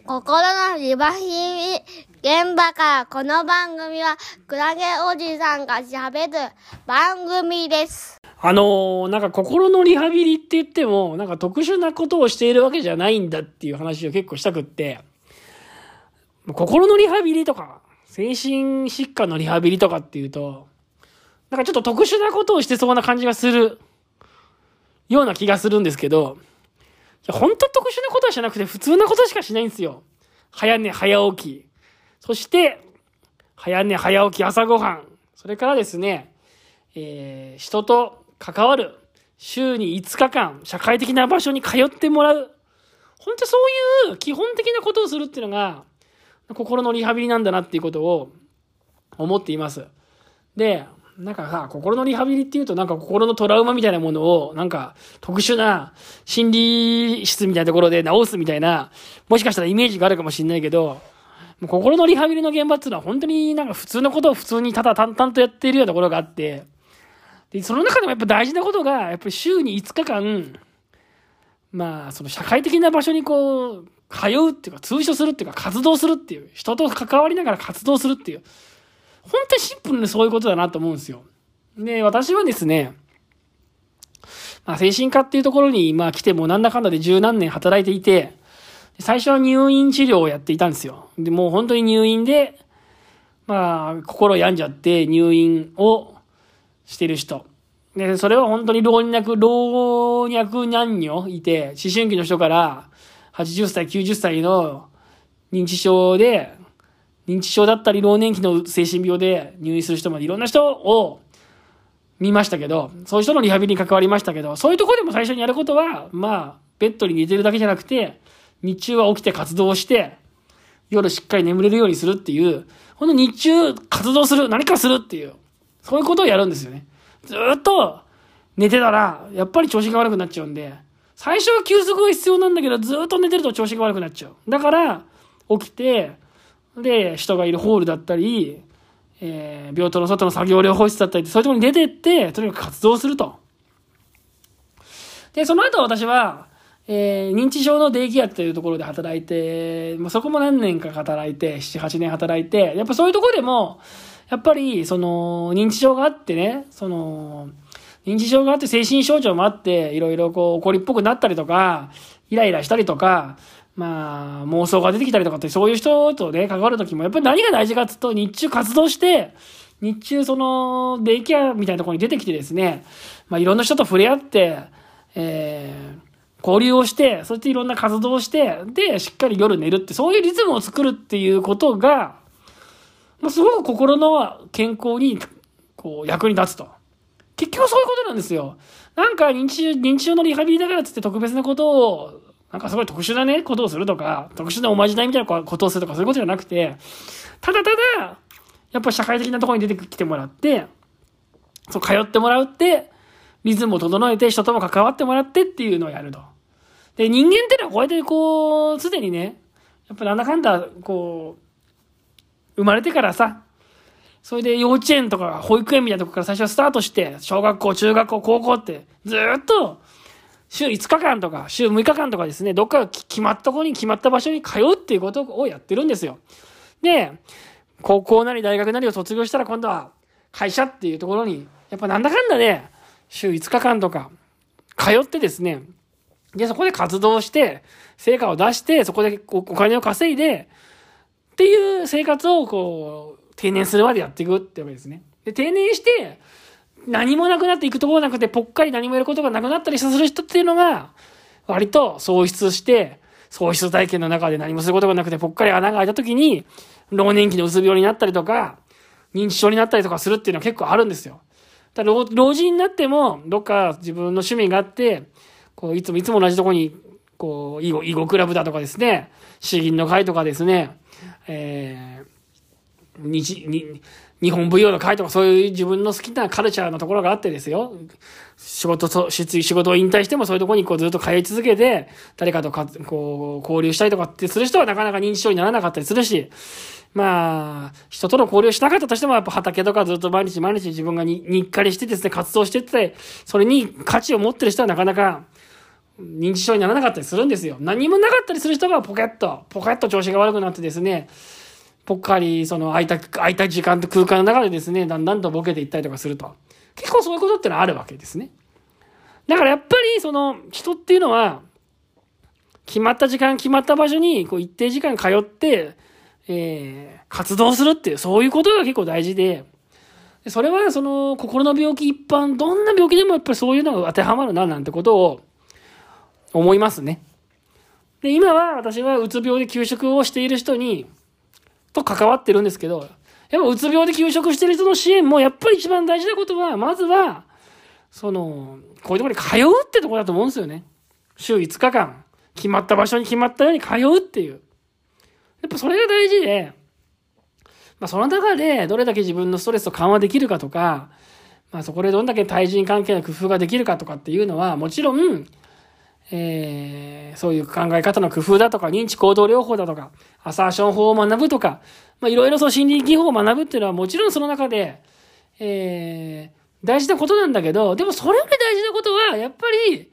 心のリバヒミ現場からこの番組はクラゲおじさんが喋る番組です。 なんか心のリハビリって言っても、なんか特殊なことをしているわけじゃないんだっていう話を結構したくって、心のリハビリとか、精神疾患のリハビリとかっていうと、なんかちょっと特殊なことをしてそうな感じがするような気がするんですけど、本当特殊なことはしなくて普通なことしかしないんですよ。早寝早起き。そして、早寝早起き朝ごはん。それからですね、人と関わる。週に5日間、社会的な場所に通ってもらう。本当そういう基本的なことをするっていうのが、心のリハビリなんだなっていうことを思っています。で、なんかさ、心のリハビリっていうとなんか心のトラウマみたいなものをなんか特殊な心理室みたいなところで治すみたいな、もしかしたらイメージがあるかもしれないけど、心のリハビリの現場っていうのは本当になんか普通のことを普通にただ淡々とやっているようなところがあって、で、その中でもやっぱ大事なことが、やっぱり週に5日間、その社会的な場所にこう、通うっていうか、通所するっていうか、活動するっていう、人と関わりながら活動するっていう、本当にシンプルにそういうことだなと思うんですよ。で、私はですね、精神科っていうところに来てもなんだかんだで十何年働いていて、最初は入院治療をやっていたんですよ。で、もう本当に入院で、心病んじゃって入院をしてる人。で、それは本当に老若男女いて、思春期の人から80歳、90歳の認知症だったり老年期の精神病で入院する人までいろんな人を見ましたけど、そういう人のリハビリに関わりましたけど、そういうところでも最初にやることは、ベッドに寝てるだけじゃなくて、日中は起きて活動して、夜しっかり眠れるようにするっていう、この日中活動する、何かするっていう、そういうことをやるんですよね。ずーっと寝てたら、やっぱり調子が悪くなっちゃうんで、最初は休息が必要なんだけど、ずーっと寝てると調子が悪くなっちゃう。だから、起きて、で、人がいるホールだったり、病棟の外の作業療法室だったり、そういうところに出てって、とにかく活動すると。で、その後私は、認知症のデイケアというところで働いて、そこも何年か働いて、7、8年働いて、やっぱそういうところでも、やっぱり、認知症があってね、認知症があって精神症状もあって、いろいろ怒りっぽくなったりとか、イライラしたりとか、妄想が出てきたりとかって、そういう人とね、関わるときも、やっぱり何が大事かっていうと、日中活動して、日中デイケアみたいなところに出てきてですね、いろんな人と触れ合って、交流をして、そしていろんな活動をして、で、しっかり夜寝るって、そういうリズムを作るっていうことが、すごく心の健康に、役に立つと。結局そういうことなんですよ。なんか認知症のリハビリだからって特別なことを、なんかすごい特殊なね、ことをするとか、特殊なおまじないみたいなことをするとか、そういうことじゃなくて、ただ、やっぱり社会的なところに出てきてもらって、通ってもらうって、リズムを整えて、人とも関わってもらってっていうのをやると。で、人間ってのはこうやってすでにね、やっぱなんだかんだ、生まれてからさ、それで幼稚園とか保育園みたいなとこから最初はスタートして、小学校、中学校、高校って、ずーっと、週5日間とか、週6日間とかですね、どっか決まったところに決まった場所に通うっていうことをやってるんですよ。で、高校なり大学なりを卒業したら今度は会社っていうところに、やっぱなんだかんだね、週5日間とか通ってですね、で、そこで活動して、成果を出して、そこでお金を稼いで、っていう生活を定年するまでやっていくってわけですね。で、定年して、何もなくなっていくところなくて、ぽっかり何もやることがなくなったりする人っていうのが、割と喪失して、喪失体験の中で何もすることがなくて、ぽっかり穴が開いた時に、老年期のうつ病になったりとか、認知症になったりとかするっていうのは結構あるんですよ。だから老人になっても、どっか自分の趣味があって、いつも同じところに、囲碁クラブだとかですね、詩吟の会とかですね、日本舞踊の会とかそういう自分の好きなカルチャーのところがあってですよ。仕事を引退してもそういうところにずっと通い続けて、誰かと交流したりとかってする人はなかなか認知症にならなかったりするし、人との交流をしなかったとしてもやっぱ畑とかずっと毎日自分が日課にしてですね、活動してって、それに価値を持ってる人はなかなか認知症にならなかったりするんですよ。何もなかったりする人がポケット調子が悪くなってですね、ぽっかり空いた時間と空間の中でですね、だんだんとボケていったりとかすると。結構そういうことってのはあるわけですね。だからやっぱり人っていうのは、決まった時間、決まった場所に一定時間通って、活動するっていう、そういうことが結構大事で、それは心の病気一般、どんな病気でもやっぱりそういうのが当てはまるな、なんてことを思いますね。で、今は私はうつ病で休職をしている人と関わってるんですけど、やっぱうつ病で休職している人の支援もやっぱり一番大事なことは、まずは、こういうところに通うってところだと思うんですよね。週5日間、決まった場所に決まったように通うっていう。やっぱそれが大事で、その中でどれだけ自分のストレスを緩和できるかとか、そこでどんだけ対人関係の工夫ができるかとかっていうのは、もちろん、そういう考え方の工夫だとか、認知行動療法だとか、アサーション法を学ぶとか、いろいろ心理技法を学ぶっていうのはもちろんその中で、大事なことなんだけど、でもそれより大事なことは、やっぱり、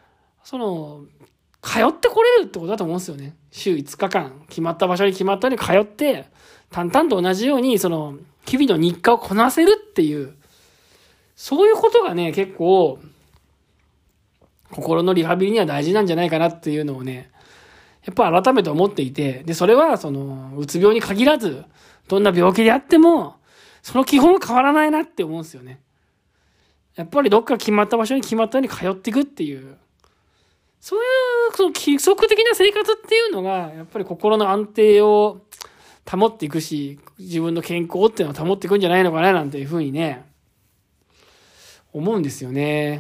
通ってこれるってことだと思うんですよね。週5日間、決まった場所に決まったように通って、淡々と同じように、日々の日課をこなせるっていう、そういうことがね、結構、心のリハビリには大事なんじゃないかなっていうのをね、やっぱ改めて思っていて、で、それはうつ病に限らず、どんな病気であっても、その基本は変わらないなって思うんですよね。やっぱりどっか決まった場所に決まったように通っていくっていう、そういう規則的な生活っていうのが、やっぱり心の安定を保っていくし、自分の健康っていうのを保っていくんじゃないのかななんていうふうにね、思うんですよね。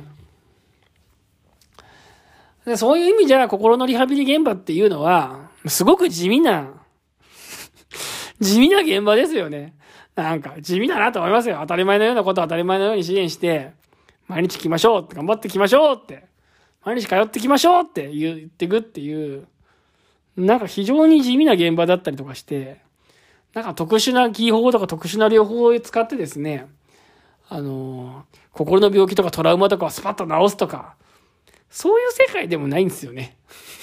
で、そういう意味じゃ心のリハビリ現場っていうのは、すごく地味な現場ですよね。なんか地味だなと思いますよ。当たり前のようなことを当たり前のように支援して、毎日来ましょうって、頑張って来ましょうって、毎日通ってきましょうって言ってくっていう、なんか非常に地味な現場だったりとかして、なんか特殊な技法とか特殊な療法を使ってですね、心の病気とかトラウマとかをスパッと治すとか、そういう世界でもないんですよね。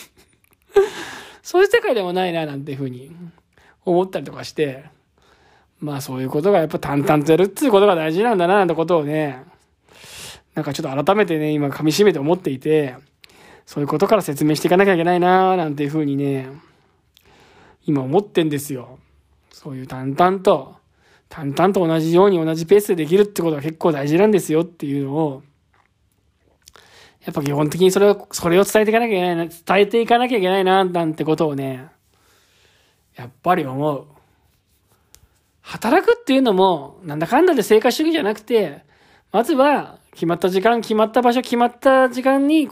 そういう世界でもないななんていうふうに思ったりとかして、そういうことがやっぱ淡々とやるっていうことが大事なんだななんてことをね、なんかちょっと改めてね、今噛み締めて思っていて、そういうことから説明していかなきゃいけないななんていうふうにね、今思ってんですよ。そういう淡々と同じように同じペースでできるってことが結構大事なんですよっていうのを、やっぱ基本的にそれを伝えていかなきゃいけないな、なんてことをね、やっぱり思う。働くっていうのも、なんだかんだで成果主義じゃなくて、まずは、決まった時間、決まった場所、決まった時間に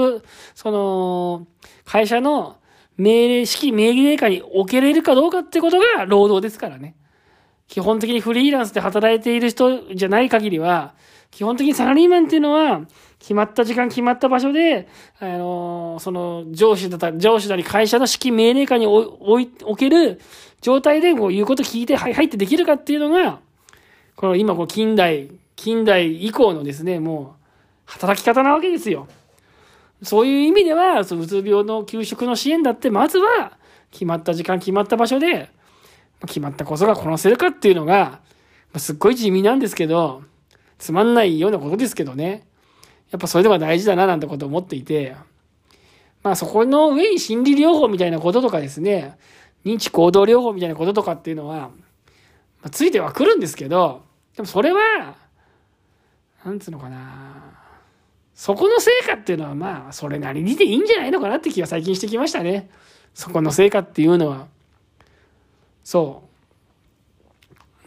会社の指揮命令下に置けれるかどうかってことが労働ですからね。基本的にフリーランスで働いている人じゃない限りは、基本的にサラリーマンっていうのは、決まった時間、決まった場所で、上司なり会社の指揮命令下に置ける状態で、言うこと聞いて、入ってできるかっていうのが、今、近代以降のですね、もう、働き方なわけですよ。そういう意味では、うつ病の休職の支援だって、まずは、決まった時間、決まった場所で、決まったことがこなせるかっていうのが、すっごい地味なんですけど、つまんないようなことですけどね。やっぱそれでは大事だななんてことを思っていて、そこの上に心理療法みたいなこととかですね、認知行動療法みたいなこととかっていうのは、ついてはくるんですけど、でもそれは、なんつうのかな、そこの成果っていうのはそれなりにでいいんじゃないのかなって気が最近してきましたね。そこの成果っていうのは。そう。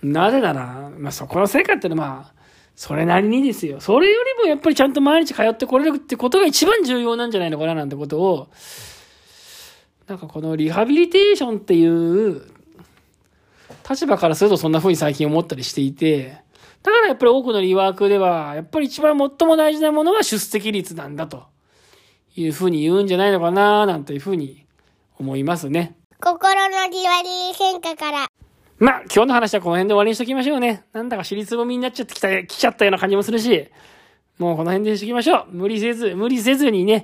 なぜなら、そこの成果っていうのは、それなりにですよ。それよりもやっぱりちゃんと毎日通ってこれるってことが一番重要なんじゃないのかななんてことを、なんかこのリハビリテーションっていう立場からするとそんな風に最近思ったりしていて、だからやっぱり多くのリワークでは、やっぱり一番最も大事なものは出席率なんだという風に言うんじゃないのかななんていう風に思いますね。 心のリハビリ専科から。 今日の話はこの辺で終わりにしときましょうね。なんだか尻つぼみになっちゃって来ちゃったような感じもするし、もうこの辺でしときましょう。無理せずにね、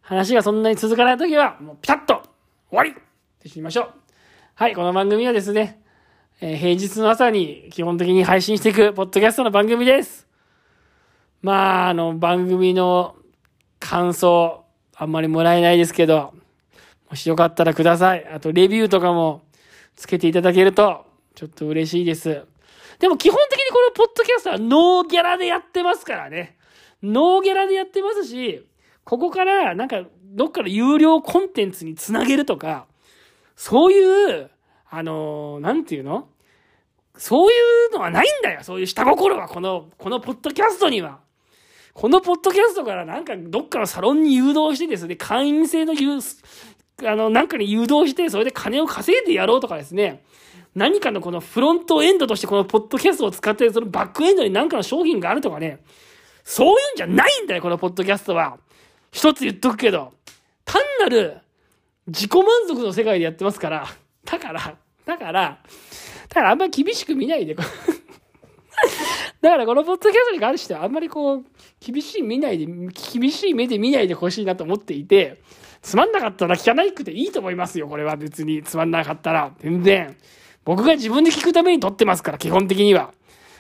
話がそんなに続かないときは、もうピタッと終わりってしましょう。はい、この番組はですね、平日の朝に基本的に配信していくポッドキャストの番組です。まあ、番組の感想、あんまりもらえないですけど、もしよかったらください。あと、レビューとかもつけていただけると、ちょっと嬉しいです。でも基本的にこのポッドキャストはノーギャラでやってますからね。ノーギャラでやってますし、ここからなんかどっかの有料コンテンツにつなげるとか、そういう、なんていうの？そういうのはないんだよ。そういう下心はこのポッドキャストには。このポッドキャストからなんかどっかのサロンに誘導してですね、会員制のなんかに誘導して、それで金を稼いでやろうとかですね、何かのこのフロントエンドとしてこのポッドキャストを使って、そのバックエンドに何かの商品があるとかね、そういうんじゃないんだよ、このポッドキャストは。一つ言っとくけど、単なる自己満足の世界でやってますから、だからあんまり厳しく見ないで、だからこのポッドキャストに関してはあんまり厳しい目で見ないでほしいなと思っていて、つまんなかったら聞かないくていいと思いますよ、これは別に。つまんなかったら、全然。僕が自分で聞くために撮ってますから、基本的には。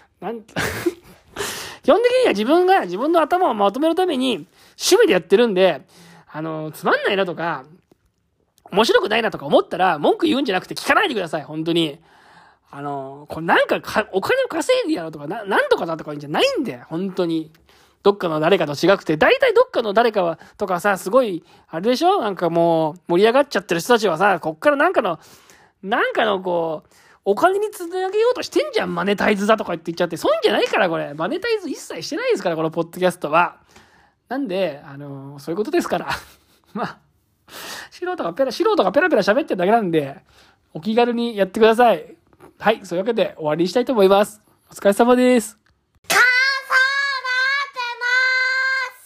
基本的には自分が自分の頭をまとめるために趣味でやってるんで、つまんないなとか、面白くないなとか思ったら文句言うんじゃなくて聞かないでください、本当に。これなんかお金を稼いでやろうとか、なんとかだとか言うんじゃないんだよ、本当に。どっかの誰かと違くて、大体どっかの誰かは、とかさ、すごい、あれでしょ？なんかもう、盛り上がっちゃってる人たちはさ、こっからなんかのお金につなげようとしてんじゃん、マネタイズだとか言って言っちゃって。そういうんじゃないから、これ。マネタイズ一切してないですから、このポッドキャストは。なんで、そういうことですから。まあ、素人がペラペラ喋ってるだけなんで、お気軽にやってください。はい、そういうわけで終わりにしたいと思います。お疲れ様です。